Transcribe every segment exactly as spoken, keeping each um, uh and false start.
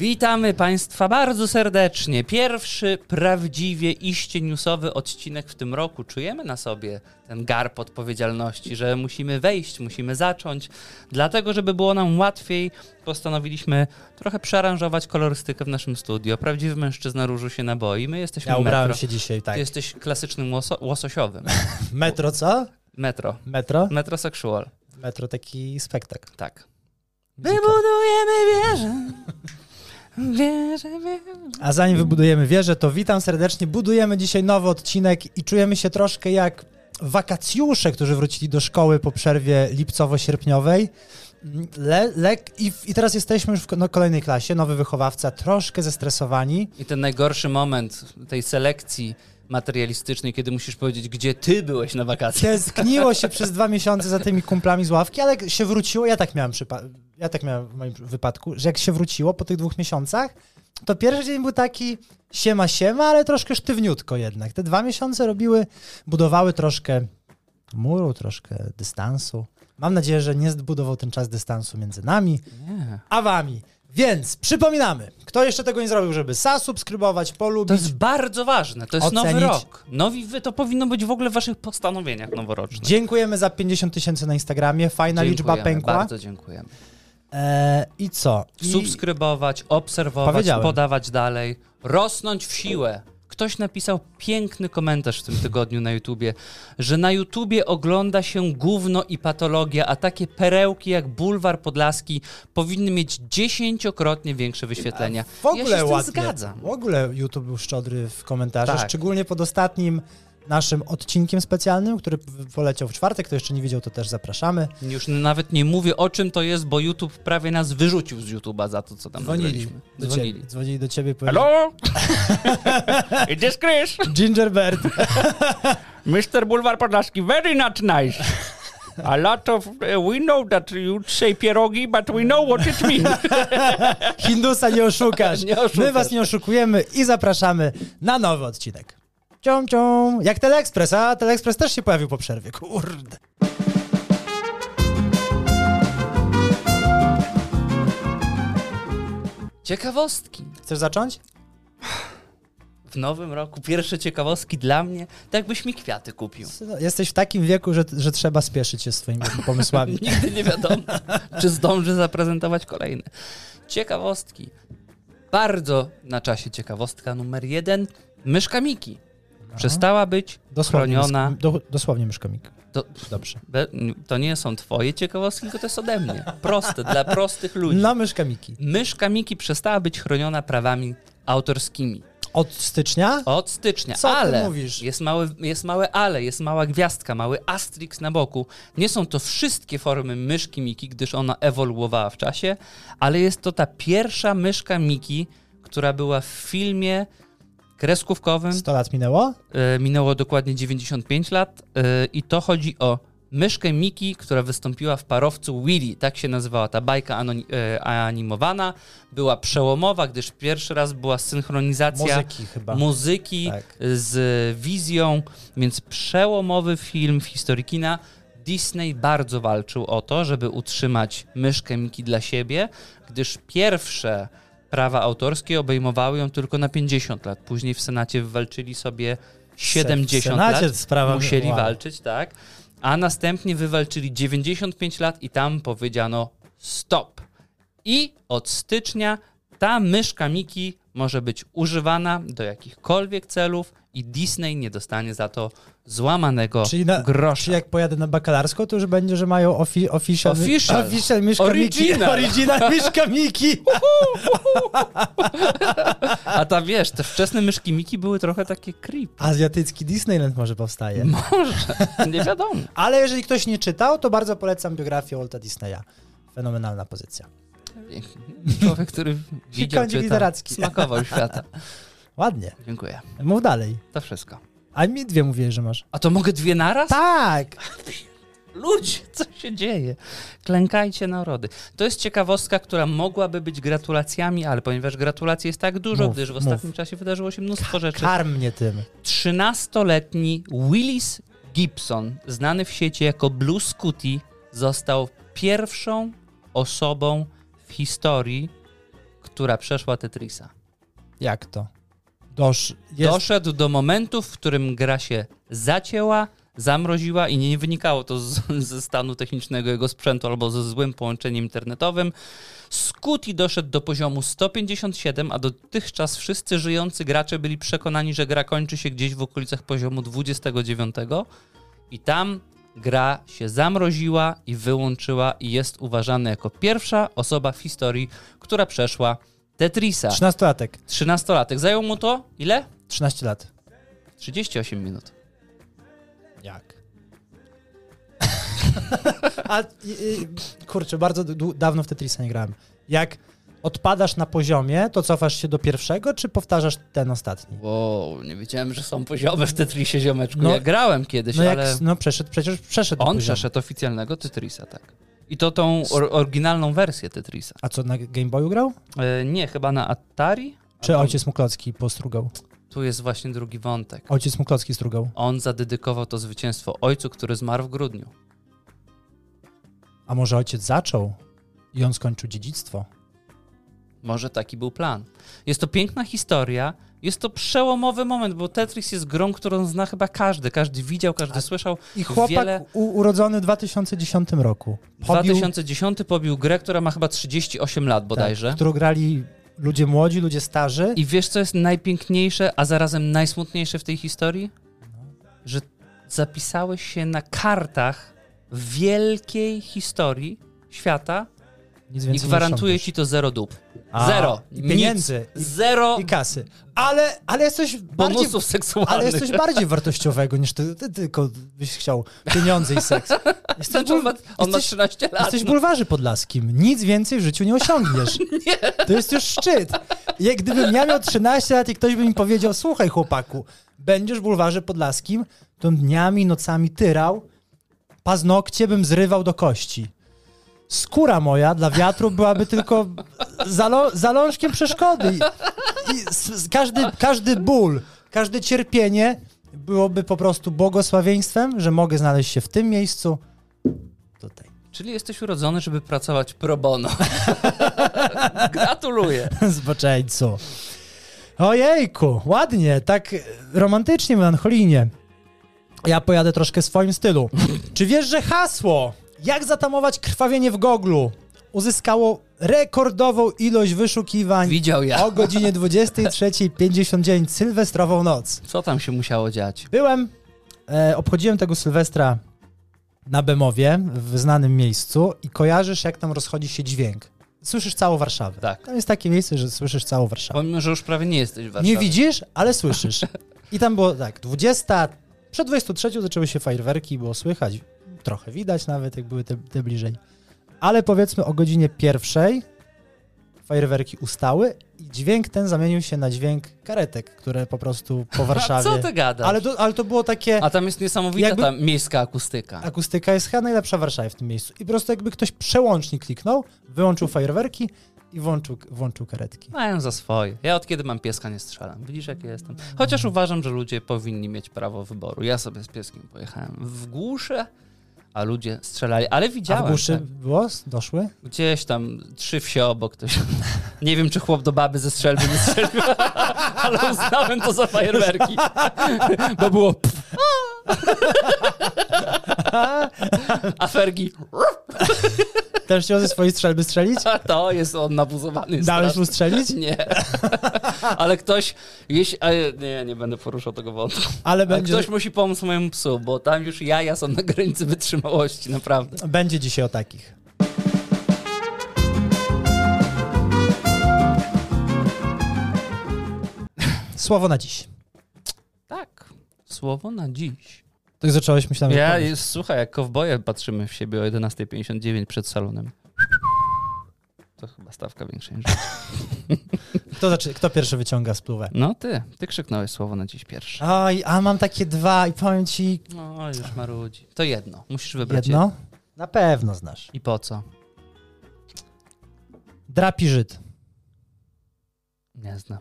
Witamy Państwa bardzo serdecznie. Pierwszy prawdziwie iście newsowy odcinek w tym roku. Czujemy na sobie ten garb odpowiedzialności, że musimy wejść, musimy zacząć. Dlatego, żeby było nam łatwiej, postanowiliśmy trochę przearanżować kolorystykę w naszym studio. Prawdziwy mężczyzna różu się naboi. My jesteśmy Ja ubrałem metro. się dzisiaj, tak. Ty jesteś klasycznym łoso łososiowym. Metro co? Metro. Metro? Metrosexual. Metro taki spektakl. Tak. Wybudujemy wieżę. Wierzę, wierzę. A zanim wybudujemy wieżę, to witam serdecznie. Budujemy dzisiaj nowy odcinek i czujemy się troszkę jak wakacjusze, którzy wrócili do szkoły po przerwie lipcowo-sierpniowej. Le, le, i, I teraz jesteśmy już w no, kolejnej klasie, nowy wychowawca, troszkę zestresowani. I ten najgorszy moment tej selekcji materialistycznej, kiedy musisz powiedzieć, gdzie ty byłeś na wakacjach. Tęskniło się przez dwa miesiące za tymi kumplami z ławki, ale jak się wróciło, ja tak miałem przypa- ja tak miałem w moim wypadku, że jak się wróciło po tych dwóch miesiącach, to pierwszy dzień był taki siema siema, ale troszkę sztywniutko jednak. Te dwa miesiące robiły, budowały troszkę muru, troszkę dystansu. Mam nadzieję, że nie zbudował ten czas dystansu między nami Nie. a wami. Więc przypominamy, kto jeszcze tego nie zrobił, żeby zasubskrybować, polubić. To jest bardzo ważne, to jest ocenić. nowy rok. Nowi wy, to powinno być w ogóle w waszych postanowieniach noworocznych. Dziękujemy za pięćdziesiąt tysięcy na Instagramie, fajna liczba pękła. Bardzo dziękujemy. Eee, I co? I... Subskrybować, obserwować, podawać dalej, rosnąć w siłę. Ktoś napisał piękny komentarz w tym tygodniu na YouTubie, że na YouTubie ogląda się gówno i patologia, a takie perełki jak Bulwar Podlaski powinny mieć dziesięciokrotnie większe wyświetlenia. W ogóle ja się z tym ładnie. zgadzam. W ogóle YouTube był szczodry w komentarzach, Tak. szczególnie pod ostatnim naszym odcinkiem specjalnym, który poleciał w czwartek. Kto jeszcze nie widział, to też zapraszamy. Już nawet nie mówię, o czym to jest, bo YouTube prawie nas wyrzucił z YouTube'a za to, co tam Dzwonili nagraliśmy. do Dzwonili. ciebie. Dzwonili do ciebie. Powiedzieli, Hello? It is Chris. Gingerbird. mister Bulwar Podlaski, very not nice. A lot of, uh, we know that you say pierogi, but we know what it means. Hindusa nie oszukasz. Nie oszukasz. My was nie oszukujemy i zapraszamy na nowy odcinek. Cią, cią. Jak Teleexpress, a Teleexpress też się pojawił po przerwie. Kurde. Ciekawostki. Chcesz zacząć? W nowym roku pierwsze ciekawostki dla mnie, tak jakbyś mi kwiaty kupił. Jesteś w takim wieku, że, że trzeba spieszyć się z twoimi pomysłami. Nigdy nie wiadomo, czy zdąży zaprezentować kolejne. Ciekawostki. Bardzo na czasie ciekawostka numer jeden. Myszka Miki przestała być Dosłownie, chroniona. mysz, do, dosłownie myszka Miki. Do, Dobrze. be, to nie są twoje ciekawostki, tylko to jest ode mnie. Proste, dla prostych ludzi. No, myszka Miki. Myszka Miki przestała być chroniona prawami autorskimi. Od stycznia? Od stycznia, Co ty ale mówisz? Jest, mały, jest małe ale, jest mała gwiazdka, mały asterix na boku. Nie są to wszystkie formy myszki Miki, gdyż ona ewoluowała w czasie, ale jest to ta pierwsza myszka Miki, która była w filmie kreskówkowym. sto lat minęło? E, minęło dokładnie dziewięćdziesiąt pięć lat e, i to chodzi o myszkę Miki, która wystąpiła w Parowcu Willy, tak się nazywała ta bajka anoni- e, animowana. Była przełomowa, gdyż pierwszy raz była synchronizacja Muzyki chyba. muzyki Tak. z wizją, więc przełomowy film w historii kina. Disney bardzo walczył o to, żeby utrzymać myszkę Miki dla siebie, gdyż pierwsze prawa autorskie obejmowały ją tylko na pięćdziesiąt lat. Później w Senacie wywalczyli sobie siedemdziesiąt w Senacie lat. sprawa- Musieli wow. walczyć, tak. A następnie wywalczyli dziewięćdziesiąt pięć lat i tam powiedziano stop. I od stycznia ta myszka Miki może być używana do jakichkolwiek celów i Disney nie dostanie za to złamanego Czyli, na, grosza. czyli jak pojadę na bakalarską, to już będzie, że mają ofi- official, Official. official myszka Original. Miki. Original myszka Miki. A ta wiesz, te wczesne myszki Miki były trochę takie creepy. Azjatycki Disneyland może powstaje. Może, nie wiadomo. Ale jeżeli ktoś nie czytał, to bardzo polecam biografię Walta Disneya. Fenomenalna pozycja. Człowiek, który widział, Kącik czytał, literacki. smakował świata. Ładnie. Dziękuję. Mów dalej. To wszystko. A mi dwie mówiłeś, że masz. A to mogę dwie naraz? Tak! Ludzie, co się dzieje? Klękajcie narody. To jest ciekawostka, która mogłaby być gratulacjami, ale ponieważ gratulacji jest tak dużo, Mów, gdyż w ostatnim mów. czasie wydarzyło się mnóstwo rzeczy. Karm mnie tym. trzynastoletni Willis Gibson, znany w sieci jako Blue Scooty, został pierwszą osobą w historii, która przeszła Tetrisa. Jak to? Dosz, jest... Doszedł do momentu, w którym gra się zacięła, zamroziła i nie wynikało to z, ze stanu technicznego jego sprzętu albo ze złym połączeniem internetowym. Scooty doszedł do poziomu sto pięćdziesiąt siedem, a dotychczas wszyscy żyjący gracze byli przekonani, że gra kończy się gdzieś w okolicach poziomu dwudziestego dziewiątego i tam gra się zamroziła i wyłączyła i jest uważany jako pierwsza osoba w historii, która przeszła Tetrisa. Trzynastolatek. Trzynastolatek. Zajął mu to ile? trzynaście lat. trzydzieści osiem minut. Jak? A, i, i, kurczę, bardzo d- dawno w Tetrisa nie grałem. Jak odpadasz na poziomie, to cofasz się do pierwszego, czy powtarzasz ten ostatni? Wow, nie wiedziałem, że są poziomy w Tetrisie, ziomeczku. No, ja grałem kiedyś, No jak, ale no przeszedł, przecież przeszedł on poziom. przeszedł oficjalnego Tetrisa, tak. I to tą or- oryginalną wersję Tetrisa. A co, na Game Boyu grał? E, nie, chyba na Atari? Czy A tam- ojciec Muklocki postrugał? Tu jest właśnie drugi wątek. Ojciec Muklocki strugał. On zadedykował to zwycięstwo ojcu, który zmarł w grudniu. A może ojciec zaczął i on skończył dziedzictwo? Może taki był plan. Jest to piękna historia, jest to przełomowy moment, bo Tetris jest grą, którą zna chyba każdy. Każdy widział, każdy A- słyszał. I chłopak Wiele- u, urodzony w dwa tysiące dziesiątym roku. dwa tysiące dziesiąty pobił grę, która ma chyba trzydzieści osiem lat bodajże. Tak, którą grali ludzie młodzi, ludzie starzy. I wiesz, co jest najpiękniejsze, a zarazem najsmutniejsze w tej historii? Że zapisałeś się na kartach wielkiej historii świata Nic i więcej nie gwarantuje osiągniesz. ci to zero dup. A, Zero. I pieniędzy. Nic. Zero I, I kasy. Ale, ale jest coś bardziej... bonusów seksualnych. Ale jest coś bardziej wartościowego niż ty, ty tylko byś chciał pieniądze i seks. Jesteś, Znaczy, on ma, on ma jesteś, trzynaście lat. jesteś w no. bulwarze podlaskim. Nic więcej w życiu nie osiągniesz. Nie. To jest już szczyt. Jak gdybym ja miał trzynaście lat i ktoś by mi powiedział, słuchaj chłopaku, będziesz w bulwarze podlaskim, to dniami, nocami tyrał, paznokcie bym zrywał do kości. Skóra moja dla wiatru byłaby tylko zalo- zalążkiem przeszkody. I, i s- s- każdy, każdy ból, każde cierpienie byłoby po prostu błogosławieństwem, że mogę znaleźć się w tym miejscu, tutaj. Czyli jesteś urodzony, żeby pracować pro bono. Gratuluję. Zboczeńcu. Ojejku, ładnie, tak romantycznie, melancholijnie. Ja pojadę troszkę w swoim stylu. Czy wiesz, że hasło "Jak zatamować krwawienie w goglu" uzyskało rekordową ilość wyszukiwań Widział ja. o godzinie dwudziestej trzeciej pięćdziesiąt dziewięć sylwestrową noc? Co tam się musiało dziać? Byłem, e, obchodziłem tego Sylwestra na Bemowie, w znanym miejscu i kojarzysz, jak tam rozchodzi się dźwięk. Słyszysz całą Warszawę. Tak. Tam jest takie miejsce, że słyszysz całą Warszawę. Pomimo, że już prawie nie jesteś w Warszawie. Nie widzisz, ale słyszysz. I tam było tak, dwudziesta, przed dwudziestą trzecią zaczęły się fajerwerki, było słychać, trochę widać nawet, jak były te, te bliżej. Ale powiedzmy o godzinie pierwszej fajerwerki ustały i dźwięk ten zamienił się na dźwięk karetek, które po prostu po Warszawie... A co ty gadasz? Ale to, ale to było takie... A tam jest niesamowita Jakby- ta miejska akustyka. Akustyka jest chyba najlepsza w Warszawie w tym miejscu. I po prostu jakby ktoś przełącznik kliknął, wyłączył fajerwerki i włączył, włączył karetki. Mają za swoje. Ja od kiedy mam pieska nie strzelam. Widzisz, jak ja jestem. Chociaż uważam, że ludzie powinni mieć prawo wyboru. Ja sobie z pieskiem pojechałem w głusze, a ludzie strzelali. Ale A widziałem. w głuszy tak. było? Doszły? Gdzieś tam trzy wsie obok ktoś. Nie wiem, czy chłop do baby ze strzelby nie strzelił, ale uznałem to za fajerwerki. Bo było pff. A Fergi, Też chciał ze swojej strzelby strzelić? a to jest on nabuzowany. Dałeś strasznie. mu strzelić? Nie. Ale ktoś, jeśli, ale nie, nie będę poruszał tego wątku. Ale Ale będzie, ktoś musi pomóc mojemu psu, bo tam już jaja są na granicy wytrzymałości, naprawdę. będzie dzisiaj o takich. Słowo na dziś. Tak, słowo na dziś. Tak zacząłeś, myślałem, Ja, że powiesz. jest, słuchaj, jak kowboje patrzymy w siebie o jedenasta pięćdziesiąt dziewięć przed salonem. To chyba stawka większa niż... Kto, zaczy... Kto pierwszy wyciąga spluwę? No ty, ty krzyknąłeś słowo na dziś pierwszy. Oj, a mam takie dwa i powiem ci No już marudzi. To jedno, musisz wybrać jedno. Na pewno znasz. I po co? Drapi Żyd. Nie znam.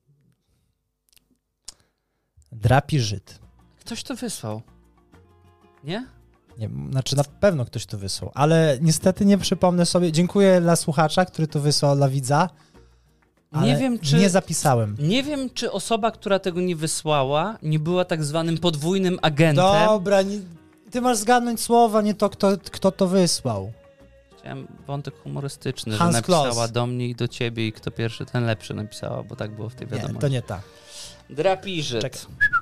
Drapi Żyd. Ktoś to wysłał. Nie? Nie, znaczy na pewno ktoś to wysłał, ale niestety nie przypomnę sobie. Dziękuję dla słuchacza, który to wysłał, dla widza. ale Nie wiem, czy... nie zapisałem. Nie wiem, czy osoba, która tego nie wysłała, nie była tak zwanym podwójnym agentem. Dobra, nie, ty masz zgadnąć słowa, nie to, kto, kto to wysłał. Chciałem wątek humorystyczny, Hans że napisała Kloss. do mnie i do ciebie i kto pierwszy, ten lepszy napisała, bo tak było w tej wiadomości. Nie, to nie ta. Drapiżyd. Czekaj.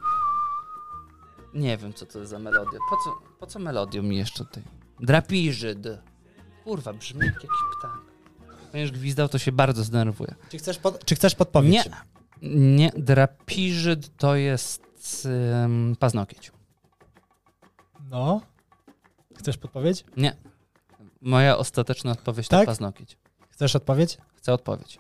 Nie wiem, co to jest za melodia. Po co, po co melodią mi jeszcze tutaj? Drapiżyd. Kurwa, brzmi jak jakiś ptak. Jak będziesz gwizdał, to się bardzo zdenerwuję. Czy chcesz, pod, czy chcesz podpowiedź? Nie, nie. Drapiżyd to jest um, paznokieć. No. Chcesz podpowiedź? Nie. Moja ostateczna odpowiedź Tak? to paznokieć. Chcesz odpowiedź? Chcę odpowiedź.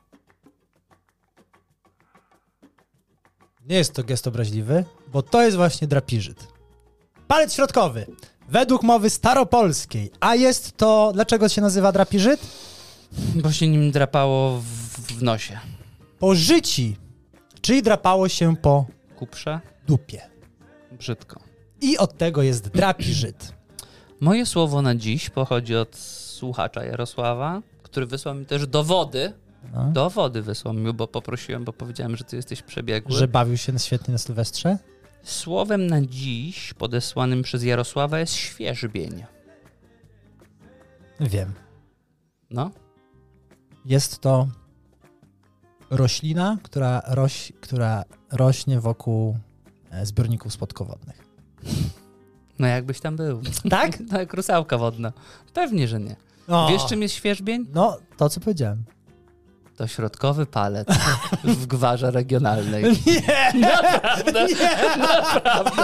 Nie jest to gest obraźliwy, bo to jest właśnie drapiżyd. Palec środkowy. Według mowy staropolskiej. A jest to... Dlaczego się nazywa drapiżyd? Bo się nim drapało w, w nosie. Po życi. Czyli drapało się po Kuprze? dupie. Brzydko. I od tego jest drapiżyd. Moje słowo na dziś pochodzi od słuchacza Jarosława, który wysłał mi też dowody. No. Dowody wysłał mi, bo poprosiłem, bo powiedziałem, że ty jesteś przebiegły. Że bawił się świetnie na Sylwestrze? Słowem na dziś podesłanym przez Jarosława jest świeżbień. Wiem. No. Jest to roślina, która, roś, która rośnie wokół e, zbiorników słodkowodnych. No jakbyś tam był. Tak? No jak rusałka wodna. Pewnie, że nie. O. Wiesz, czym jest świeżbień? No, to co powiedziałem. To środkowy palec w gwarze regionalnej. Nie! Naprawdę? Nie! Naprawdę!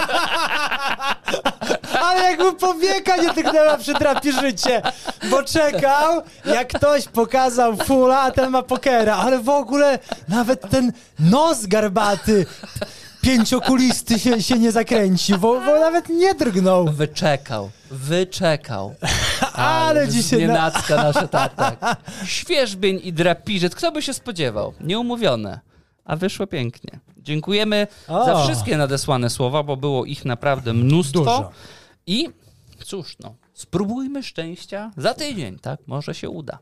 Ale jakby powieka nie tyknęła przy drapiżycie, bo czekał, jak ktoś pokazał fula, a ten ma pokera, ale w ogóle nawet ten nos garbaty, pięciokulisty się, się nie zakręci, bo, bo nawet nie drgnął. Wyczekał, wyczekał. Ale dzisiaj... Na... Nienacka nasze tak. Świeżbień i drapiżyd. Kto by się spodziewał? Nieumówione. A wyszło pięknie. Dziękujemy O. za wszystkie nadesłane słowa, bo było ich naprawdę mnóstwo. Dużo. I cóż, no, spróbujmy szczęścia za tydzień, tak? Może się uda.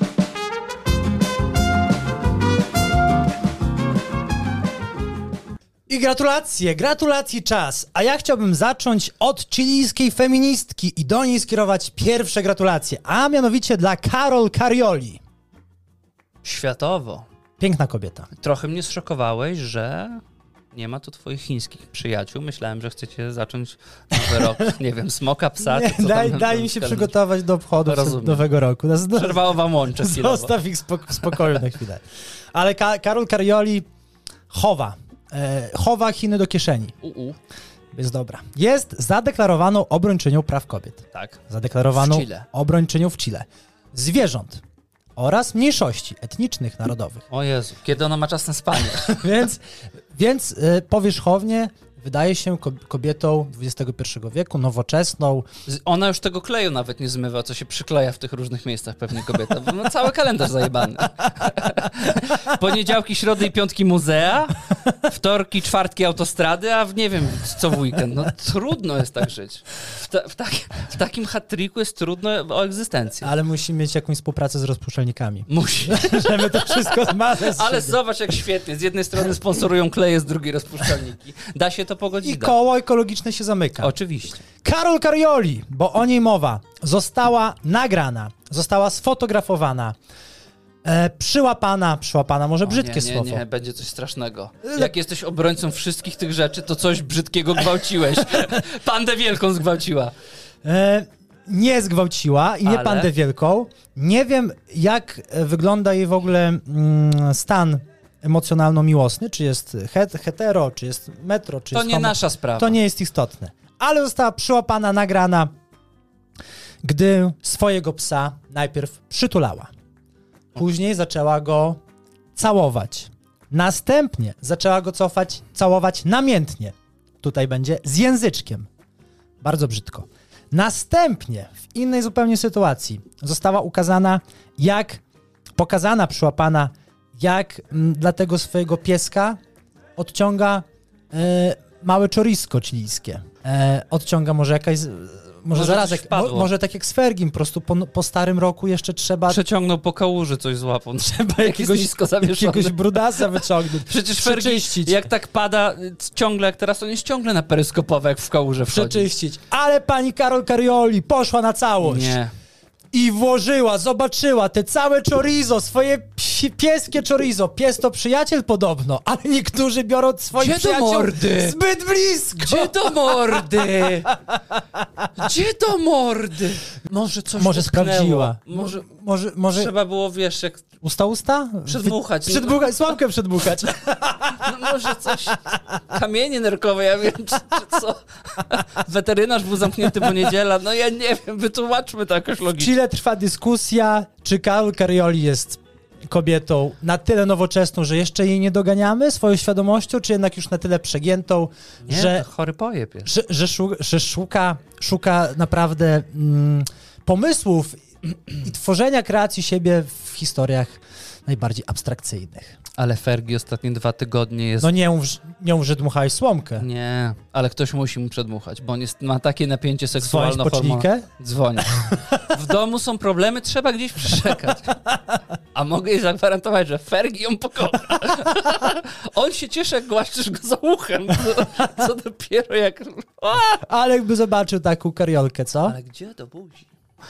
I gratulacje, gratulacji czas. A ja chciałbym zacząć od chilijskiej feministki i do niej skierować pierwsze gratulacje, a mianowicie dla Carol Carioli. Światowo. Piękna kobieta. Trochę mnie zszokowałeś, że nie ma tu twoich chińskich przyjaciół. Myślałem, że chcecie zacząć nowy rok, nie wiem, smoka, psa, Nie, czy co daj, tam daj tam im się wskazać. przygotować do obchodu Rozumiem. nowego roku. Nas- Przerwało wam łącze chwilowo. Zostaw ich spoko- w spokoju na chwilę. Ale Ka- Carol Carioli chowa. E, chowa Chiny do kieszeni. U-u. Jest dobra. Jest zadeklarowaną obrończynią praw kobiet. Tak. Zadeklarowaną W Chile. obrończynią w Chile. Zwierząt oraz mniejszości etnicznych, narodowych. O Jezu, kiedy ona ma czas na spanie? Więc, więc y, powierzchownie wydaje się ko- kobietą dwudziestego pierwszego wieku, nowoczesną. Z- Ona już tego kleju nawet nie zmywa, co się przykleja w tych różnych miejscach pewnie kobieta, bo ma cały kalendarz zajebany. Poniedziałki, środy i piątki muzea, wtorki, czwartki autostrady, a w nie wiem co w weekend. No trudno jest tak żyć. W, ta, w, tak, w takim hat-tricku jest trudno o egzystencję. Ale musi mieć jakąś współpracę z rozpuszczalnikami, Musi. żeby to wszystko zmazać. z Ale siebie. zobacz jak świetnie. Z jednej strony sponsorują kleje, z drugiej rozpuszczalniki. Da się to pogodzić. I koło ekologiczne się zamyka. Oczywiście. Carol Carioli, bo o niej mowa, została nagrana, została sfotografowana, e, przyłapana, przyłapana, może O, brzydkie nie, nie, słowo. Nie, będzie coś strasznego. Jak jesteś obrońcą wszystkich tych rzeczy, to coś brzydkiego gwałciłeś. Pandę wielką zgwałciła. E, nie zgwałciła i nie Ale? pandę wielką. Nie wiem, jak e, wygląda jej w ogóle mm, stan emocjonalno-miłosny, czy jest het, hetero, czy jest metro, czy To jest nie homo. nasza sprawa. To nie jest istotne. Ale została przyłapana, nagrana, gdy swojego psa najpierw przytulała. Później zaczęła go całować. Następnie zaczęła go cofać, całować namiętnie. Tutaj będzie z języczkiem. Bardzo brzydko. Następnie w innej zupełnie sytuacji została ukazana, jak pokazana, przyłapana, jak m, dla tego swojego pieska odciąga e, małe czorisko chilijskie. E, odciąga może jakaś... Może, Może zaraz, coś jak, mo, wpadło. może tak jak z Fergim, po prostu po, po starym roku jeszcze trzeba Przeciągnął po kałuży coś złapą. Trzeba jakiegoś nisko zawieszony. jakiegoś brudasa wyciągnąć. Przecież Fergie, Przeczyścić. jak tak pada ciągle, jak teraz on jest ciągle na peryskopowe, jak w kałuże wchodzi. Przeczyścić. Ale pani Karol Carioli poszła na całość. Nie. I włożyła, zobaczyła te całe chorizo, swoje psi- pieskie chorizo. Pies to przyjaciel podobno, ale niektórzy biorą swoich Gdzie do przyjaciół mordy? zbyt blisko. Gdzie do mordy? Gdzie do mordy? Może coś Może utknęło. sprawdziła. Może, Może, może trzeba było, wiesz, jak... usta usta? Przedmuchać. Wy- Przedmuchać, słomkę przedmuchać. No może coś... Kamienie nerkowe, ja wiem, czy, czy co. Weterynarz był zamknięty, bo niedziela. No ja nie wiem, wytłumaczmy to jakoś W logicznie. Chile trwa dyskusja, czy Karol Carioli jest kobietą na tyle nowoczesną, że jeszcze jej nie doganiamy swoją świadomością, czy jednak już na tyle przegiętą, Nie, że, to chory pojeb jest. że, że, szu, że szuka, szuka naprawdę mm, pomysłów i tworzenia kreacji siebie w historiach najbardziej abstrakcyjnych. Ale Fergie ostatnie dwa tygodnie jest... No nie mów, nie mów, że dmuchałeś słomkę. Nie, ale ktoś musi mu przedmuchać, bo on jest, ma takie napięcie Dzwonić seksualne. po czlikę? Dzwonię. W domu są problemy, trzeba gdzieś przeczekać. A mogę jej zagwarantować, że Fergie ją pokocha. On się cieszy, jak głaszczysz go za uchem. Co, co dopiero jak... O! Ale jakby zobaczył taką kariolkę, co? Ale gdzie do buzi?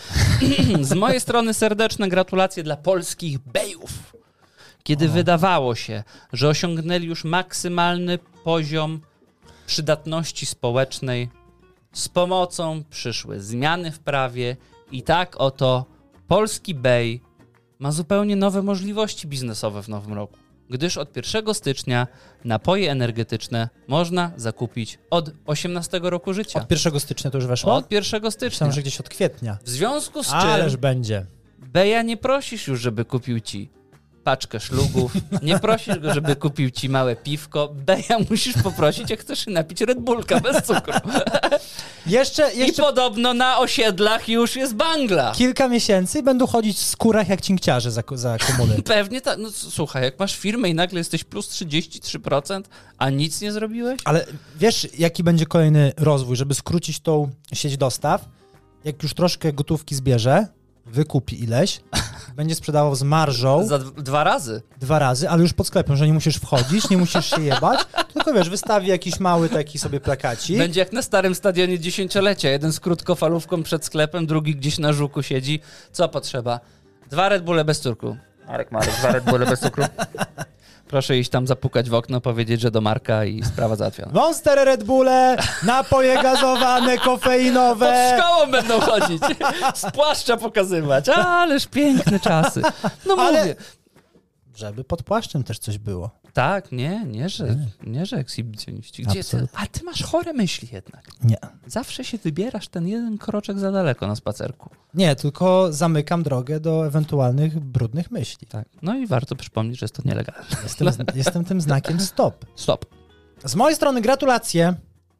Z mojej strony serdeczne gratulacje dla polskich bejów. Kiedy O. wydawało się, że osiągnęli już maksymalny poziom przydatności społecznej, z pomocą przyszły zmiany w prawie i tak oto polski bej ma zupełnie nowe możliwości biznesowe w nowym roku, gdyż od pierwszego stycznia napoje energetyczne można zakupić od osiemnastego roku życia. Od pierwszego stycznia to już weszło? Od pierwszego stycznia. Myślałem, że gdzieś od kwietnia. W związku z czym Ależ będzie. Beja nie prosisz już, żeby kupił ci paczkę szlugów, nie prosisz go, żeby kupił ci małe piwko. Beja musisz poprosić, jak chcesz się napić Red Bullka bez cukru. Jeszcze, I jeszcze podobno na osiedlach już jest bangla. kilka miesięcy będą chodzić w skórach jak cinkciarze za, za komuny. Pewnie tak. No słuchaj, jak masz firmę i nagle jesteś plus trzydzieści trzy procent, a nic nie zrobiłeś? Ale wiesz, jaki będzie kolejny rozwój, żeby skrócić tą sieć dostaw? Jak już troszkę gotówki zbierze, wykupi ileś, będzie sprzedawał z marżą Za d- dwa razy. dwa razy, ale już pod sklepem, że nie musisz wchodzić, nie musisz się jebać, tylko wiesz, wystawi jakiś mały taki sobie plakacik. Będzie jak na starym stadionie dziesięciolecia. Jeden z krótkofalówką przed sklepem, drugi gdzieś na żuku siedzi. Co potrzeba? Dwa Red Bulle bez cukru. Marek, Marek, dwa Red Bulle bez cukru. Proszę iść tam zapukać w okno, powiedzieć, że do Marka i sprawa załatwiona. Monster, Red Bulle, napoje gazowane, kofeinowe. Pod szkołą będą chodzić, z płaszcza pokazywać. Ależ piękne czasy. No Ale- mówię. Żeby pod płaszczem też coś było. Tak, nie, nie, że, nie, że ekshibicjoniści. Gdzie ty? Absolutnie. A ty masz chore myśli jednak. Nie. Zawsze się wybierasz ten jeden kroczek za daleko na spacerku. Nie, tylko zamykam drogę do ewentualnych brudnych myśli. Tak. No i warto przypomnieć, że jest to nielegalne. Jestem, jestem tym znakiem stop. Stop. Z mojej strony gratulacje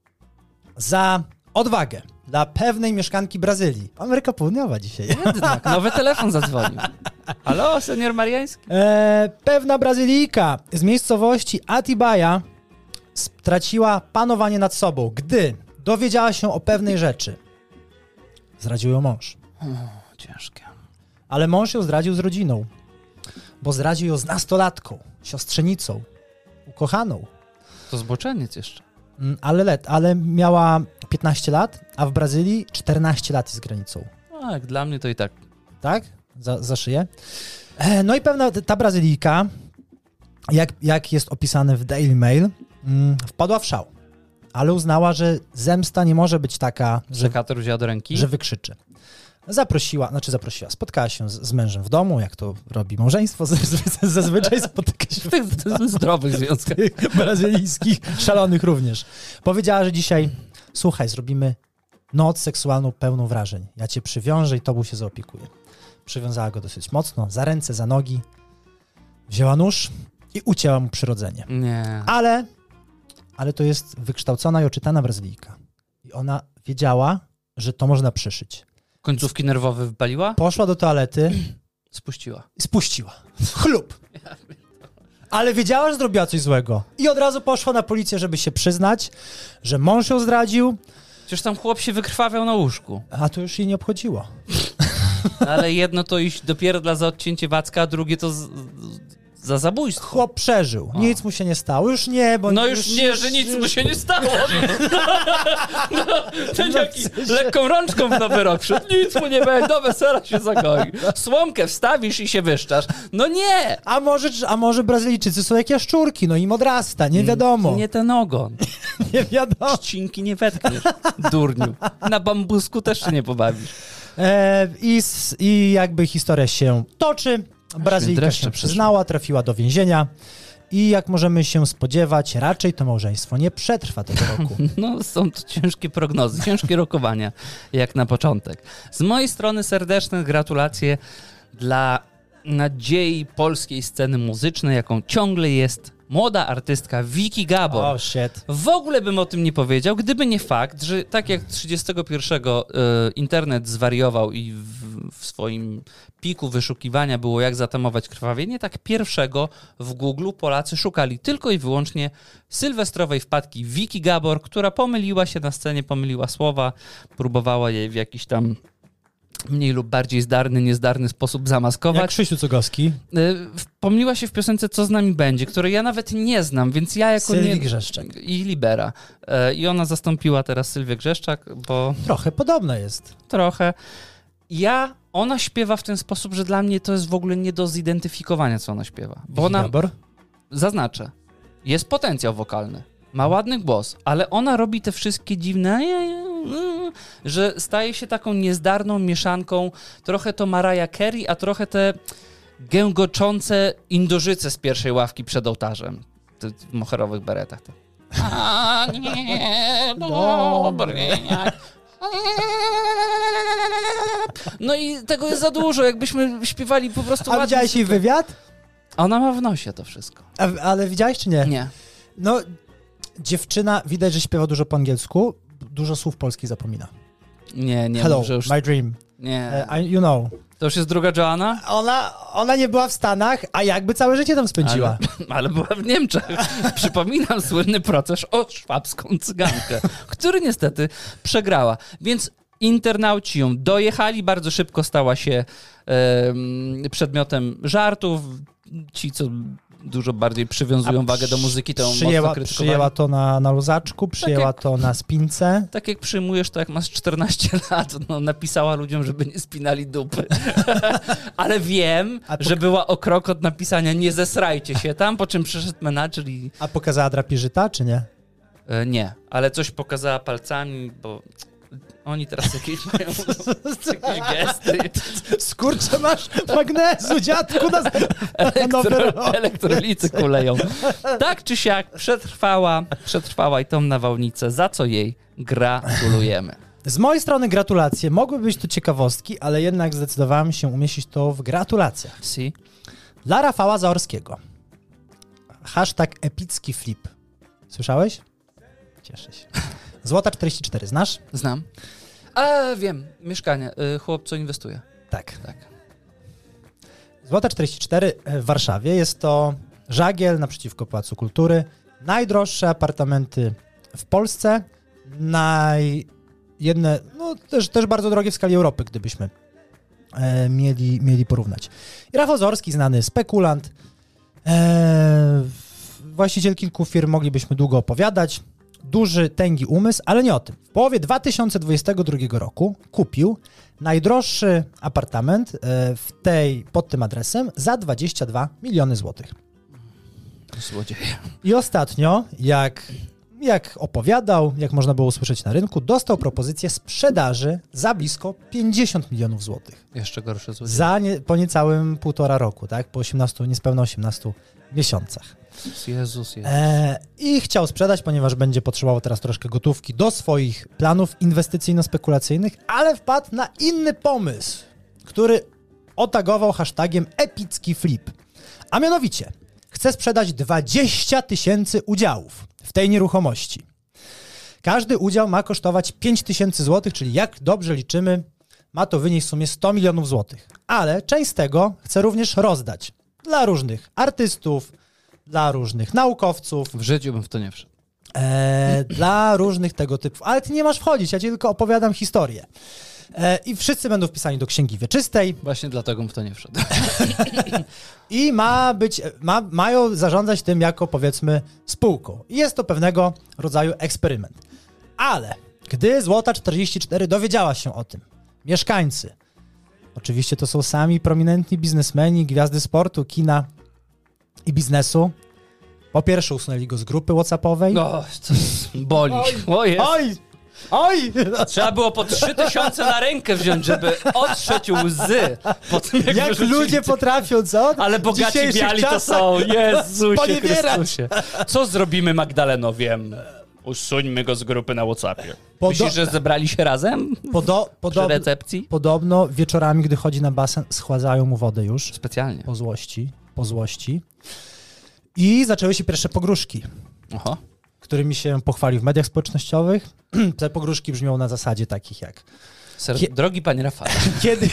za odwagę dla pewnej mieszkanki Brazylii. Ameryka Południowa dzisiaj. Jednak, nowy telefon zadzwonił. Halo, senior Mariański? E, pewna Brazylijka z miejscowości Atibaia straciła panowanie nad sobą, gdy dowiedziała się o pewnej rzeczy. Zdradził ją mąż. O, ciężkie. Ale mąż ją zdradził z rodziną, bo zdradził ją z nastolatką, siostrzenicą, ukochaną. To zboczeniec jeszcze. Mm, Ale, let, ale miała piętnaście lat, a w Brazylii czternaście lat jest granicą. No, jak dla mnie to i tak. Tak? Za, za szyję. E, no i pewna ta Brazylijka, jak, jak jest opisane w Daily Mail, mm, wpadła w szał. Ale uznała, że zemsta nie może być taka, że, Sekator wzięła do ręki. że wykrzyczy. Zaprosiła, znaczy zaprosiła, spotkała się z, z mężem w domu, jak to robi małżeństwo, zazwy- zazwyczaj spotyka się W tych zdrowych związkach. tych brazylijskich, szalonych również. Powiedziała, że dzisiaj, słuchaj, zrobimy noc seksualną pełną wrażeń. Ja cię przywiążę i tobą się zaopiekuję. Przywiązała go dosyć mocno, za ręce, za nogi, wzięła nóż i ucięła mu przyrodzenie. Nie. Ale, ale to jest wykształcona i oczytana Brazylijka. I ona wiedziała, że to można przyszyć. Końcówki nerwowe wypaliła? Poszła do toalety Spuściła. i spuściła. Chlub. Ale wiedziała, że zrobiła coś złego. I od razu poszła na policję, żeby się przyznać, że mąż ją zdradził, Przecież tam chłop się wykrwawiał na łóżku. A to już jej nie obchodziło. Ale jedno to iść dopiero dla za odcięcie wacka, a drugie to z, za zabójstwo. Chłop przeżył. O. Nic mu się nie stało. Już nie, bo... No już, już nie, że nic już... mu się nie stało. No, ten no, jaki lekką rączką w nowy rok szedł. Nic mu nie będzie, do wesela się zagoi. Słomkę wstawisz i się wyszczasz. No nie! A może, a może Brazylijczycy są jak jaszczurki, no im odrasta, nie wiadomo. Nie ten ogon. Nie wiadomo. Trzcinki nie wetkniesz, durniu. Na bambusku też się nie pobawisz. E, i, I jakby historia się toczy. Brazylijka się przyznała, trafiła do więzienia i jak możemy się spodziewać, raczej to małżeństwo nie przetrwa tego roku. No, są to ciężkie prognozy, ciężkie rokowania, jak na początek. Z mojej strony serdeczne gratulacje dla nadziei polskiej sceny muzycznej, jaką ciągle jest młoda artystka Vicky Gabor. Oh shit. W ogóle bym o tym nie powiedział, gdyby nie fakt, że tak jak trzydziestego pierwszego y, internet zwariował i w, w swoim piku wyszukiwania było jak zatamować krwawienie, tak pierwszego w Google Polacy szukali tylko i wyłącznie sylwestrowej wpadki Vicky Gabor, która pomyliła się na scenie, pomyliła słowa, próbowała jej w jakiś tam mniej lub bardziej zdarny, niezdarny sposób zamaskować. Jak Krzysiu Cugowski. Pomyliła się w piosence Co z nami będzie, której ja nawet nie znam, więc ja jako Sylwii nie... Grzeszczak. I Libera. I ona zastąpiła teraz Sylwię Grzeszczak, bo... Trochę podobna jest. Trochę. Ja... Ona śpiewa w ten sposób, że dla mnie to jest w ogóle nie do zidentyfikowania, co ona śpiewa. Bo ona... Gabor? Zaznaczę. Jest potencjał wokalny. Ma ładny głos, ale ona robi te wszystkie dziwne... że staje się taką niezdarną mieszanką. Trochę to Mariah Carey, a trochę te gęgoczące Indożyce z pierwszej ławki przed ołtarzem. W moherowych beretach. To. A nie, dobry. No i tego jest za dużo, jakbyśmy śpiewali po prostu. A widziałeś jej wywiad? Ona ma w nosie to wszystko. A, ale widziałeś czy nie? Nie. No, dziewczyna widać, że śpiewa dużo po angielsku, dużo słów polskich zapomina. Nie, nie. Hello, że już... my dream. Nie. Uh, I, you know. To już jest druga Joanna? Ona, ona nie była w Stanach, a jakby całe życie tam spędziła. Ale, ale była w Niemczech. Przypominam słynny proces o szwabską cygankę, który niestety przegrała. Więc internauci ją dojechali, bardzo szybko stała się um, przedmiotem żartów. Ci, co dużo bardziej przywiązują A wagę do muzyki, to ją przyjęła, mocno krytykowali. Przyjęła to na, na luzaczku, przyjęła tak jak, to na spince. Tak jak przyjmujesz to, jak masz czternaście lat, no, napisała ludziom, żeby nie spinali dupy. Ale wiem, po... że była o krok od napisania nie zesrajcie się tam, po czym przyszedł menadżer i... A pokazała drapieżyta, czy nie? E, nie, ale coś pokazała palcami, bo... Oni teraz jakieś mają jakieś gesty. Skurcze, masz magnezu, dziadku, na, Elektro, elektrolicy kuleją. Tak czy siak przetrwała, przetrwała i tą nawałnicę, za co jej gratulujemy. Z mojej strony gratulacje. Mogły być to ciekawostki, ale jednak zdecydowałem się umieścić to w gratulacjach. Si. Dla Rafała Zaorskiego. Hashtag epicki flip. Słyszałeś? Cieszę się. Złota czterdzieści cztery, znasz? Znam. A wiem, mieszkanie. Chłop, co inwestuje. Tak. tak. Złota czterdzieści cztery w Warszawie. Jest to żagiel naprzeciwko Pałacu Kultury. Najdroższe apartamenty w Polsce. Naj... Jedne, no też, też bardzo drogie w skali Europy, gdybyśmy e, mieli, mieli porównać. I Rafał Zaorski, znany spekulant, e, właściciel kilku firm, moglibyśmy długo opowiadać. Duży, tęgi umysł, ale nie o tym. W połowie dwa tysiące dwudziestego drugiego roku kupił najdroższy apartament w tej, pod tym adresem za dwadzieścia dwa miliony złotych. Złodzieje. I ostatnio, jak, jak opowiadał, jak można było usłyszeć na rynku, dostał propozycję sprzedaży za blisko pięćdziesiąt milionów złotych. Jeszcze gorsze złodzieje. Za nie, po niecałym półtora roku, tak? Po osiemnastu, niespełna osiemnastu miesiącach. Jezus, Jezus. E, I chciał sprzedać, ponieważ będzie potrzebował teraz troszkę gotówki do swoich planów inwestycyjno-spekulacyjnych, ale wpadł na inny pomysł, który otagował hashtagiem epicki flip. A mianowicie, chce sprzedać dwadzieścia tysięcy udziałów w tej nieruchomości. Każdy udział ma kosztować pięć tysięcy złotych, czyli jak dobrze liczymy, ma to wynieść w sumie sto milionów złotych. Ale część z tego chce również rozdać dla różnych artystów, dla różnych naukowców. W życiu bym w to nie wszedł. e, dla różnych tego typu. Ale ty nie masz wchodzić, ja ci tylko opowiadam historię. E, I wszyscy będą wpisani do księgi wieczystej. Właśnie dlatego bym w to nie wszedł. I ma być, ma, mają zarządzać tym jako, powiedzmy, spółką. I jest to pewnego rodzaju eksperyment. Ale gdy Złota czterdzieści cztery dowiedziała się o tym, mieszkańcy, oczywiście to są sami prominentni biznesmeni, gwiazdy sportu, kina i biznesu, po pierwsze usunęli go z grupy whatsappowej. No, to boli. O jest. Oj! Oj! Trzeba było po trzy tysiące na rękę wziąć, żeby otrzeć łzy po tym, jak, Jak ludzie te... potrafią, co? Ale bogaci biali to są. Jezusie Chrystusie. Co zrobimy, Magdaleno? Wiem. Usuńmy go z grupy na WhatsAppie. Podo- Myślisz, że zebrali się razem Podo- przy podob- recepcji? Podobno wieczorami, gdy chodzi na basen, schładzają mu wodę już. Specjalnie. Po złości. Po złości. I zaczęły się pierwsze pogróżki, Oho. którymi się pochwalił w mediach społecznościowych. Te pogróżki brzmią na zasadzie takich jak... Ser- Kie- Drogi panie Rafale. Kiedy...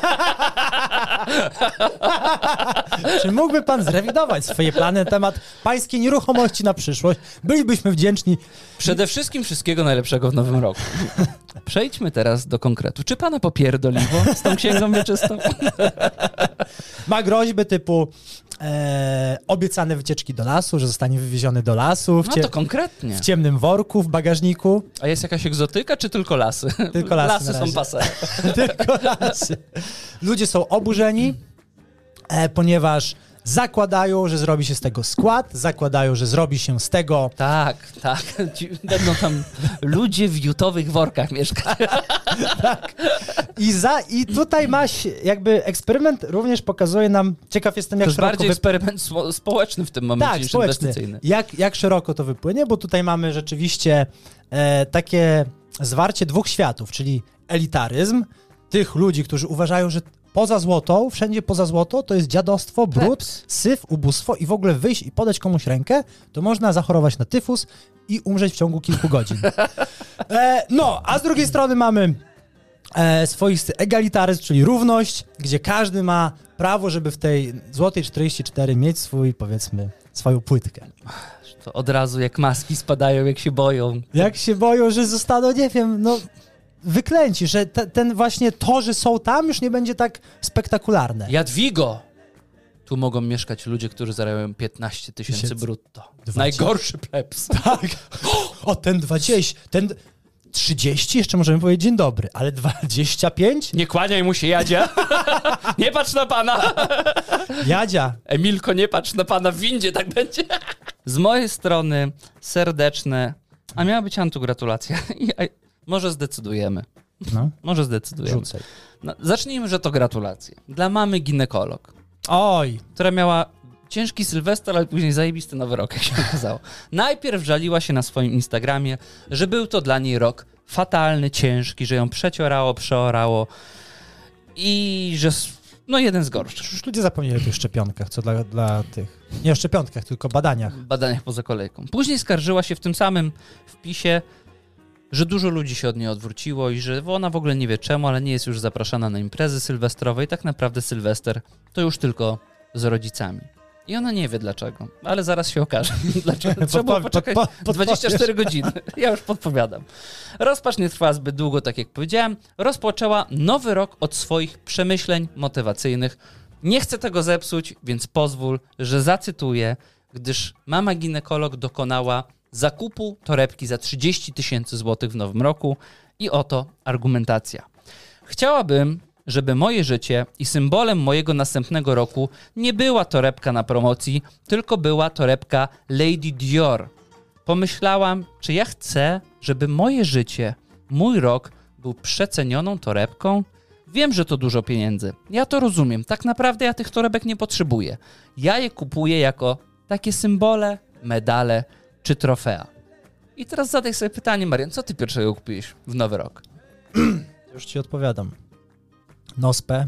Czy mógłby pan zrewidować swoje plany na temat pańskiej nieruchomości na przyszłość? Bylibyśmy wdzięczni. Przede wszystkim wszystkiego najlepszego w nowym roku. Przejdźmy teraz do konkretu. Czy pana popierdoliło z tą księgą wieczystą? Ma groźby typu e, obiecane wycieczki do lasu, że zostanie wywieziony do lasu w, No cie- to konkretnie. w ciemnym worku, w bagażniku. A jest jakaś egzotyka, czy tylko lasy? Tylko lasy Lasy na są razie. pase. Tylko lasy. Ludzie są oburzeni, e, ponieważ zakładają, że zrobi się z tego skład, zakładają, że zrobi się z tego... Tak, tak. Ci będą tam ludzie w jutowych workach mieszkać. I, za, I tutaj maś, jakby eksperyment również pokazuje nam, ciekaw jestem jak To jest szeroko... bardziej wy- eksperyment spo- społeczny w tym momencie Tak, niż społeczny. inwestycyjny. Jak, jak szeroko to wypłynie, bo tutaj mamy rzeczywiście e, takie zwarcie dwóch światów, czyli elitaryzm tych ludzi, którzy uważają, że poza złotą, wszędzie poza złoto, to jest dziadostwo, brud, Plebs. syf, ubóstwo i w ogóle wyjść i podać komuś rękę, to można zachorować na tyfus i umrzeć w ciągu kilku godzin. E, no, a z drugiej strony mamy e, swoisty egalitaryzm, czyli równość, gdzie każdy ma prawo, żeby w tej złotej czterdzieści cztery mieć swój, powiedzmy, swoją płytkę. To od razu jak maski spadają, jak się boją. Jak się boją, że zostaną, nie wiem, no wyklęci, że te, ten właśnie to, że są tam, już nie będzie tak spektakularne. Jadwigo! Tu mogą mieszkać ludzie, którzy zarabiają piętnaście tysięcy Tysięcy. brutto. Dwadzieścia. Najgorszy plebs. Tak. O, ten dwadzieścia, ten trzydzieści, jeszcze możemy powiedzieć dzień dobry, ale dwadzieścia pięć? Nie kłaniaj mu się, Jadzia. Nie patrz na pana. Jadzia. Emilko, nie patrz na pana w windzie, tak będzie. Z mojej strony serdeczne, a miała być Antu gratulacja. I, a, może zdecydujemy. No, Może zdecydujemy. rzucaj. No, zacznijmy, że to gratulacje. Dla mamy ginekolog, Oj, która miała ciężki Sylwester, ale później zajebisty nowy rok, jak się okazało. Najpierw żaliła się na swoim Instagramie, że był to dla niej rok fatalny, ciężki, że ją przeciorało, przeorało i że s- no jeden z gorszych. już ludzie zapomnieli o tych szczepionkach, co dla, dla tych, nie o szczepionkach, tylko o badaniach. W badaniach poza kolejką. Później skarżyła się w tym samym wpisie, że dużo ludzi się od niej odwróciło i że ona w ogóle nie wie czemu, ale nie jest już zapraszana na imprezy sylwestrowe i tak naprawdę Sylwester to już tylko z rodzicami. I ona nie wie dlaczego, ale zaraz się okaże. Dlaczego? Trzeba było Podpowie- poczekać podpo- podpowiesz. dwadzieścia cztery godziny. Ja już podpowiadam. Rozpacz nie trwała zbyt długo, tak jak powiedziałem. Rozpoczęła nowy rok od swoich przemyśleń motywacyjnych. Nie chcę tego zepsuć, więc pozwól, że zacytuję, gdyż mama ginekolog dokonała zakupu torebki za trzydzieści tysięcy złotych w nowym roku i oto argumentacja. Chciałabym, żeby moje życie i symbolem mojego następnego roku nie była torebka na promocji, tylko była torebka Lady Dior. Pomyślałam, czy ja chcę, żeby moje życie, mój rok był przecenioną torebką? Wiem, że to dużo pieniędzy. Ja to rozumiem. Tak naprawdę ja tych torebek nie potrzebuję. Ja je kupuję jako takie symbole, medale czy trofea. I teraz zadaj sobie pytanie, Marian, co ty pierwszego kupiłeś w nowy rok? Już ci odpowiadam. Nospę,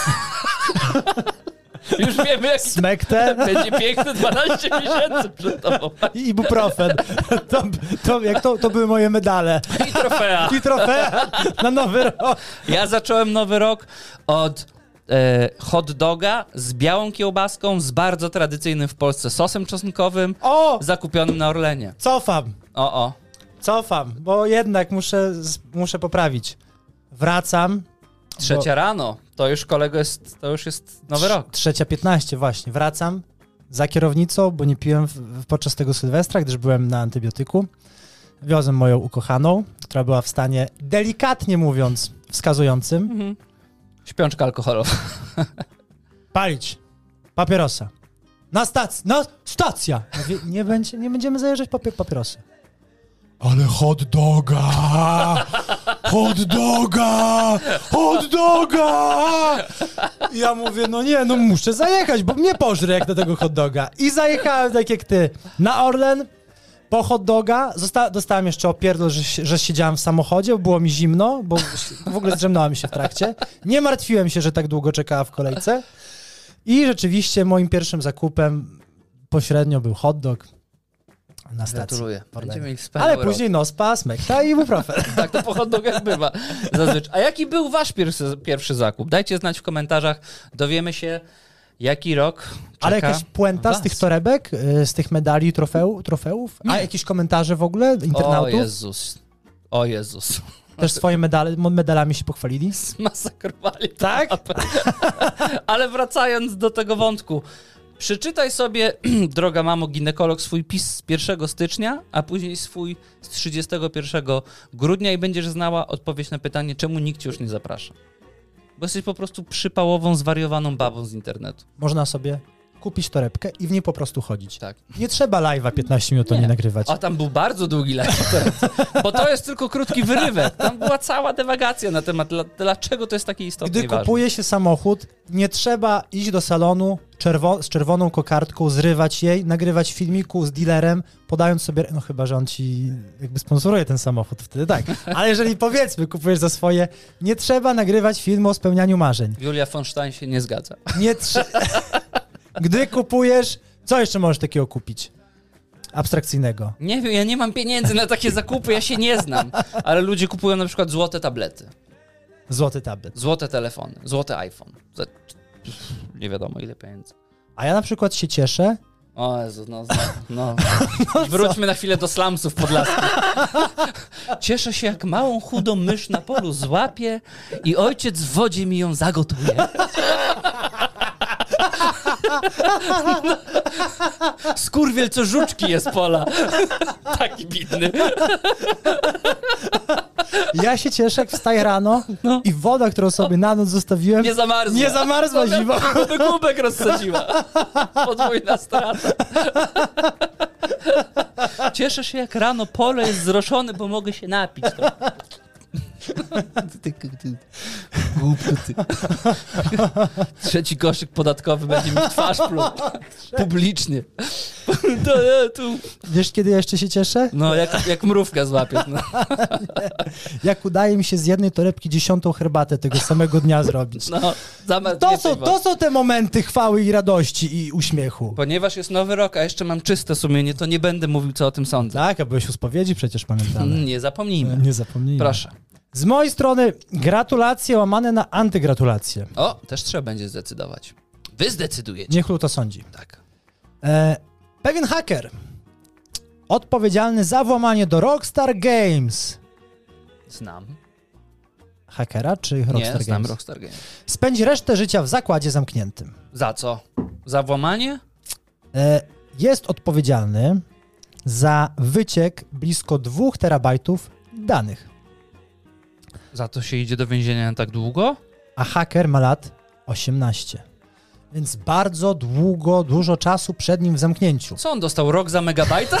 Już wiemy, jak smektę będzie piękne dwanaście miesięcy przed tobą. i ibuprofen. To, to, jak to, to były moje medale. I trofea. I trofea na nowy rok. Ja zacząłem nowy rok od e, hot doga z białą kiełbaską, z bardzo tradycyjnym w Polsce sosem czosnkowym, O! zakupionym na Orlenie. Cofam. O, o. Cofam, bo jednak muszę, muszę poprawić. Wracam. Trzecia bo... rano. To już, kolego, jest, to już jest nowy rok. Trzecia piętnaście, właśnie. Wracam za kierownicą, bo nie piłem w, w, podczas tego Sylwestra, gdyż byłem na antybiotyku. Wiozłem moją ukochaną, która była w stanie, delikatnie mówiąc, wskazującym. Mhm. Śpiączka alkoholowa. Palić. Papierosa. Na stacji. Na stacja. Mówię, nie, będzie, nie będziemy zajeżdżać papie- papierosy. Ale hot doga! Hot doga! Hot doga! Ja mówię, no nie, no muszę zajechać, bo mnie pożre jak do tego hot doga. I zajechałem tak jak ty na Orlen, po hot doga. Zosta- dostałem jeszcze opierdol, że, że siedziałem w samochodzie, bo było mi zimno, bo w ogóle zdrzemnąłem się w trakcie. Nie martwiłem się, że tak długo czekała w kolejce. I rzeczywiście moim pierwszym zakupem pośrednio był hot dog na stacji. Gratuluję. Będziemy mieli wspaniały Ale później no spa, smekta i ibuprofen. Tak to po hot dogach bywa zazwyczaj. A jaki był wasz pierwszy, pierwszy zakup? Dajcie znać w komentarzach. Dowiemy się, jaki rok czeka Ale jakaś puenta was. z tych torebek, y, z tych medali, trofeu, trofeów? A Nie. jakieś komentarze w ogóle O internautów? Jezus. O Jezus. Też swoje medale, medalami się pochwalili? Zmasakrowali. Tak? Ale wracając do tego wątku. Przeczytaj sobie, droga mamo, ginekolog, swój pis z pierwszego stycznia, a później swój z trzydziestego pierwszego grudnia i będziesz znała odpowiedź na pytanie, czemu nikt cię już nie zaprasza. Bo jesteś po prostu przypałową, zwariowaną babą z internetu. Można sobie kupić torebkę i w niej po prostu chodzić. Tak. Nie trzeba live'a piętnaście minut o Nie. nie nagrywać. A tam był bardzo długi live, bo to jest tylko krótki wyrywek. Tam była cała dywagacja na temat, dla, dlaczego to jest takie istotne Gdy i ważne. kupuje się samochód, nie trzeba iść do salonu czerwo- z czerwoną kokardką, zrywać jej, nagrywać filmiku z dealerem, podając sobie, no chyba, że on ci jakby sponsoruje ten samochód, wtedy tak. Ale jeżeli powiedzmy, kupujesz za swoje, nie trzeba nagrywać filmu o spełnianiu marzeń. Julia von Stein się nie zgadza. Nie trzeba... Gdy kupujesz, co jeszcze możesz takiego kupić? Abstrakcyjnego. Nie wiem, ja nie mam pieniędzy na takie zakupy, ja się nie znam. Ale ludzie kupują na przykład złote tablety, Złoty tablet. złote telefony, złoty iPhone. Za nie wiadomo ile pieniędzy. A ja na przykład się cieszę. O Jezu, no, no. no. Wróćmy na chwilę do slumsów podlaskich. Cieszę się, jak małą, chudą mysz na polu złapie i ojciec w wodzie mi ją zagotuje. Skurwiel, co żuczki je z pola. Taki bidny. Ja się cieszę, jak wstaję rano No. i woda, którą sobie na noc zostawiłem, Nie zamarzła. nie zamarzła zimą. By kubek rozsadziła. Podwójna strata. Cieszę się, jak rano pole jest zroszone, bo mogę się napić. To. Trzeci koszyk podatkowy będzie mi w twarz pluł. Publicznie. To ja tu. Wiesz, kiedy ja jeszcze się cieszę? No, jak, jak mrówka złapiesz. No. Jak udaje mi się z jednej torebki dziesiątą herbatę tego samego dnia zrobić. No, zamiast To więcej są, wody. to są te momenty chwały i radości i uśmiechu. Ponieważ jest nowy rok, a jeszcze mam czyste sumienie, to nie będę mówił, co o tym sądzę. Tak, a byłeś u spowiedzi, przecież pamiętamy. Nie zapomnijmy. Nie zapomnijmy. Proszę. Z mojej strony gratulacje łamane na antygratulacje. O, też trzeba będzie zdecydować. Wy zdecydujecie. Niech lud to sądzi. Tak. E, pewien haker odpowiedzialny za włamanie do Rockstar Games. Znam. Hakera czy Rockstar Nie, znam Games? Rockstar Games. Spędzi resztę życia w zakładzie zamkniętym. Za co? Za włamanie? E, jest odpowiedzialny za wyciek blisko dwóch terabajtów danych. Za to się idzie do więzienia na tak długo? A haker ma lat osiemnaście. Więc bardzo długo, dużo czasu przed nim w zamknięciu. Co on dostał? Rok za megabajta?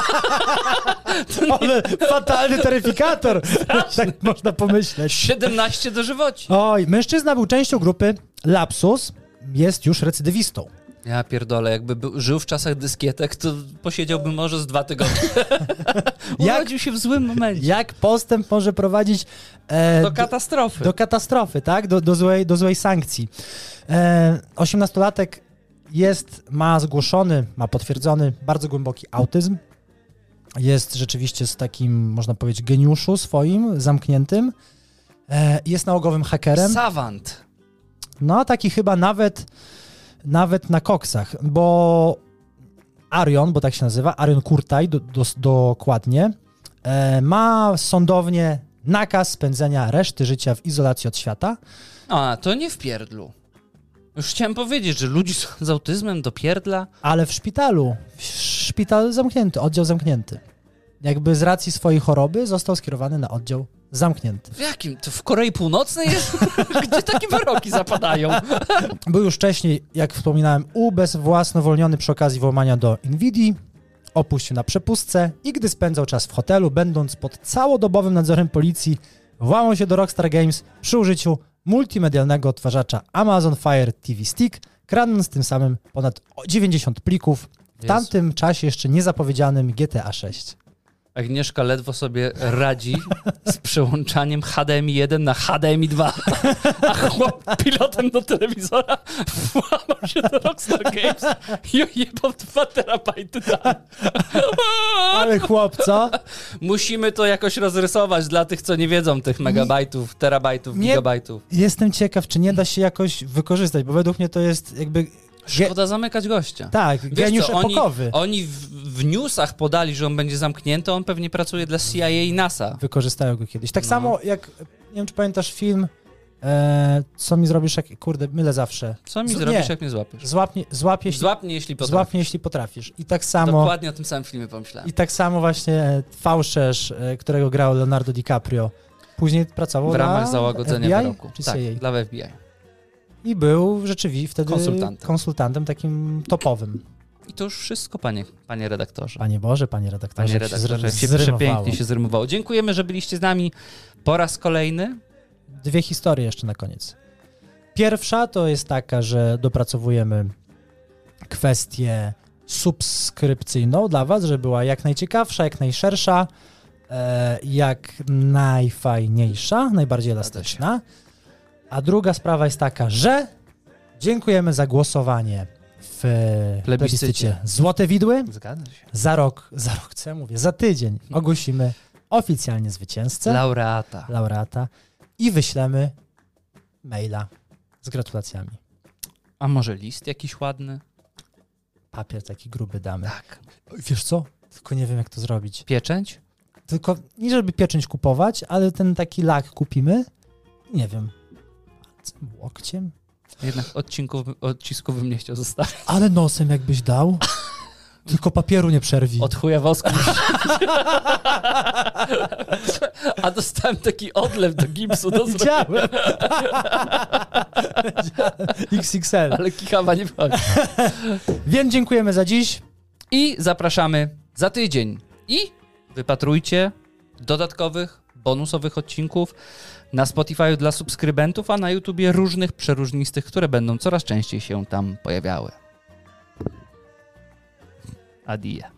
Ale fatalny taryfikator! Tak można pomyśleć. siedemnaście dożywoci. Oj, mężczyzna był częścią grupy Lapsus, jest już recydywistą. Ja pierdolę, jakby był, żył w czasach dyskietek, to posiedziałby może z dwa tygodnie. Jak- Urodził się w złym momencie. Jak postęp może prowadzić e, Do katastrofy. do katastrofy, tak? Do, do, złej, do złej sankcji. E, osiemnastolatek jest, ma zgłoszony, ma potwierdzony bardzo głęboki autyzm. Jest rzeczywiście z takim, można powiedzieć, geniuszu swoim, zamkniętym. E, jest nałogowym hakerem. Savant. No, taki chyba nawet, nawet na koksach, bo Arion, bo tak się nazywa, Arion Kurtaj do, do, dokładnie, e, ma sądownie nakaz spędzenia reszty życia w izolacji od świata. A, to nie w pierdlu. Już chciałem powiedzieć, że ludzi z, z autyzmem do pierdla. Ale w szpitalu. Szpital zamknięty, oddział zamknięty. Jakby z racji swojej choroby został skierowany na oddział zamknięty. W jakim? To w Korei Północnej jest? Gdzie takie wyroki zapadają? Był już wcześniej, jak wspominałem, ubezwłasnowolniony przy okazji włamania do Nvidii, opuścił na przepustce i gdy spędzał czas w hotelu, będąc pod całodobowym nadzorem policji, włamał się do Rockstar Games przy użyciu multimedialnego odtwarzacza Amazon Fire T V Stick, kradnąc tym samym ponad dziewięćdziesiąt plików, w Jezu. tamtym czasie jeszcze niezapowiedzianym G T A sześć. Agnieszka ledwo sobie radzi z przełączaniem H D M I jeden na H D M I dwa, a chłop pilotem do telewizora włamał się do Rockstar Games i ojebał dwa terabajty danych. Ale chłop, co? Musimy to jakoś rozrysować dla tych, co nie wiedzą tych megabajtów, terabajtów, Nie- gigabajtów. Jestem ciekaw, czy nie da się jakoś wykorzystać, bo według mnie to jest jakby... Ge- Szkoda zamykać gościa. tak, Wiesz geniusz co, oni, epokowy. Oni w, w newsach podali, że on będzie zamknięty, on pewnie pracuje dla C I A i NASA. Wykorzystają go kiedyś. Tak No. samo jak, nie wiem czy pamiętasz film, e, co mi zrobisz, jak, kurde, mylę zawsze. Co mi Z- zrobisz, nie. jak mnie złapiesz? Złapnie, złap, jeśli, Złap mnie, jeśli potrafisz. złap mnie, jeśli potrafisz. I tak samo, Dokładnie o tym samym filmie pomyślałem. i tak samo właśnie e, fałszerz, e, którego grał Leonardo DiCaprio, później pracował W ramach dla załagodzenia F B I, wyroku. czy Tak, C I A. dla F B I. I był rzeczywiście wtedy Konsultantem. konsultantem takim topowym. I to już wszystko, panie, panie redaktorze. Panie Boże, panie redaktorze, Panie jak się redaktorze, zre- jak się zrymowało. przepięknie się zrymowało. Dziękujemy, że byliście z nami po raz kolejny. Dwie historie jeszcze na koniec. Pierwsza to jest taka, że dopracowujemy kwestię subskrypcyjną dla was, żeby była jak najciekawsza, jak najszersza, e, jak najfajniejsza, najbardziej elastyczna. A druga sprawa jest taka, że dziękujemy za głosowanie w Plebiscycie. plebiscycie Złote Widły. Zgadza się. Za rok, za rok, co ja mówię, za tydzień ogłosimy oficjalnie zwycięzcę, Laureata. laureata i wyślemy maila z gratulacjami. A może list jakiś ładny? Papier taki gruby damy. Tak. Oj, wiesz co? Tylko nie wiem, jak to zrobić. Pieczęć? Tylko nie żeby pieczęć kupować, ale ten taki lak kupimy. Nie wiem. Palcem, łokciem? Jednak odcinków, odcisku bym nie chciał zostawić. Ale nosem jakbyś dał. Tylko papieru nie przerwij. Od chuja wosku. A dostałem taki odlew do gipsu do zrobienia, Widziałem. X X L. ale kichawa nie wchodzi. Więc dziękujemy za dziś. I zapraszamy za tydzień. I wypatrujcie dodatkowych, bonusowych odcinków na Spotify dla subskrybentów, a na YouTubie różnych, przeróżnistych, które będą coraz częściej się tam pojawiały. Adia.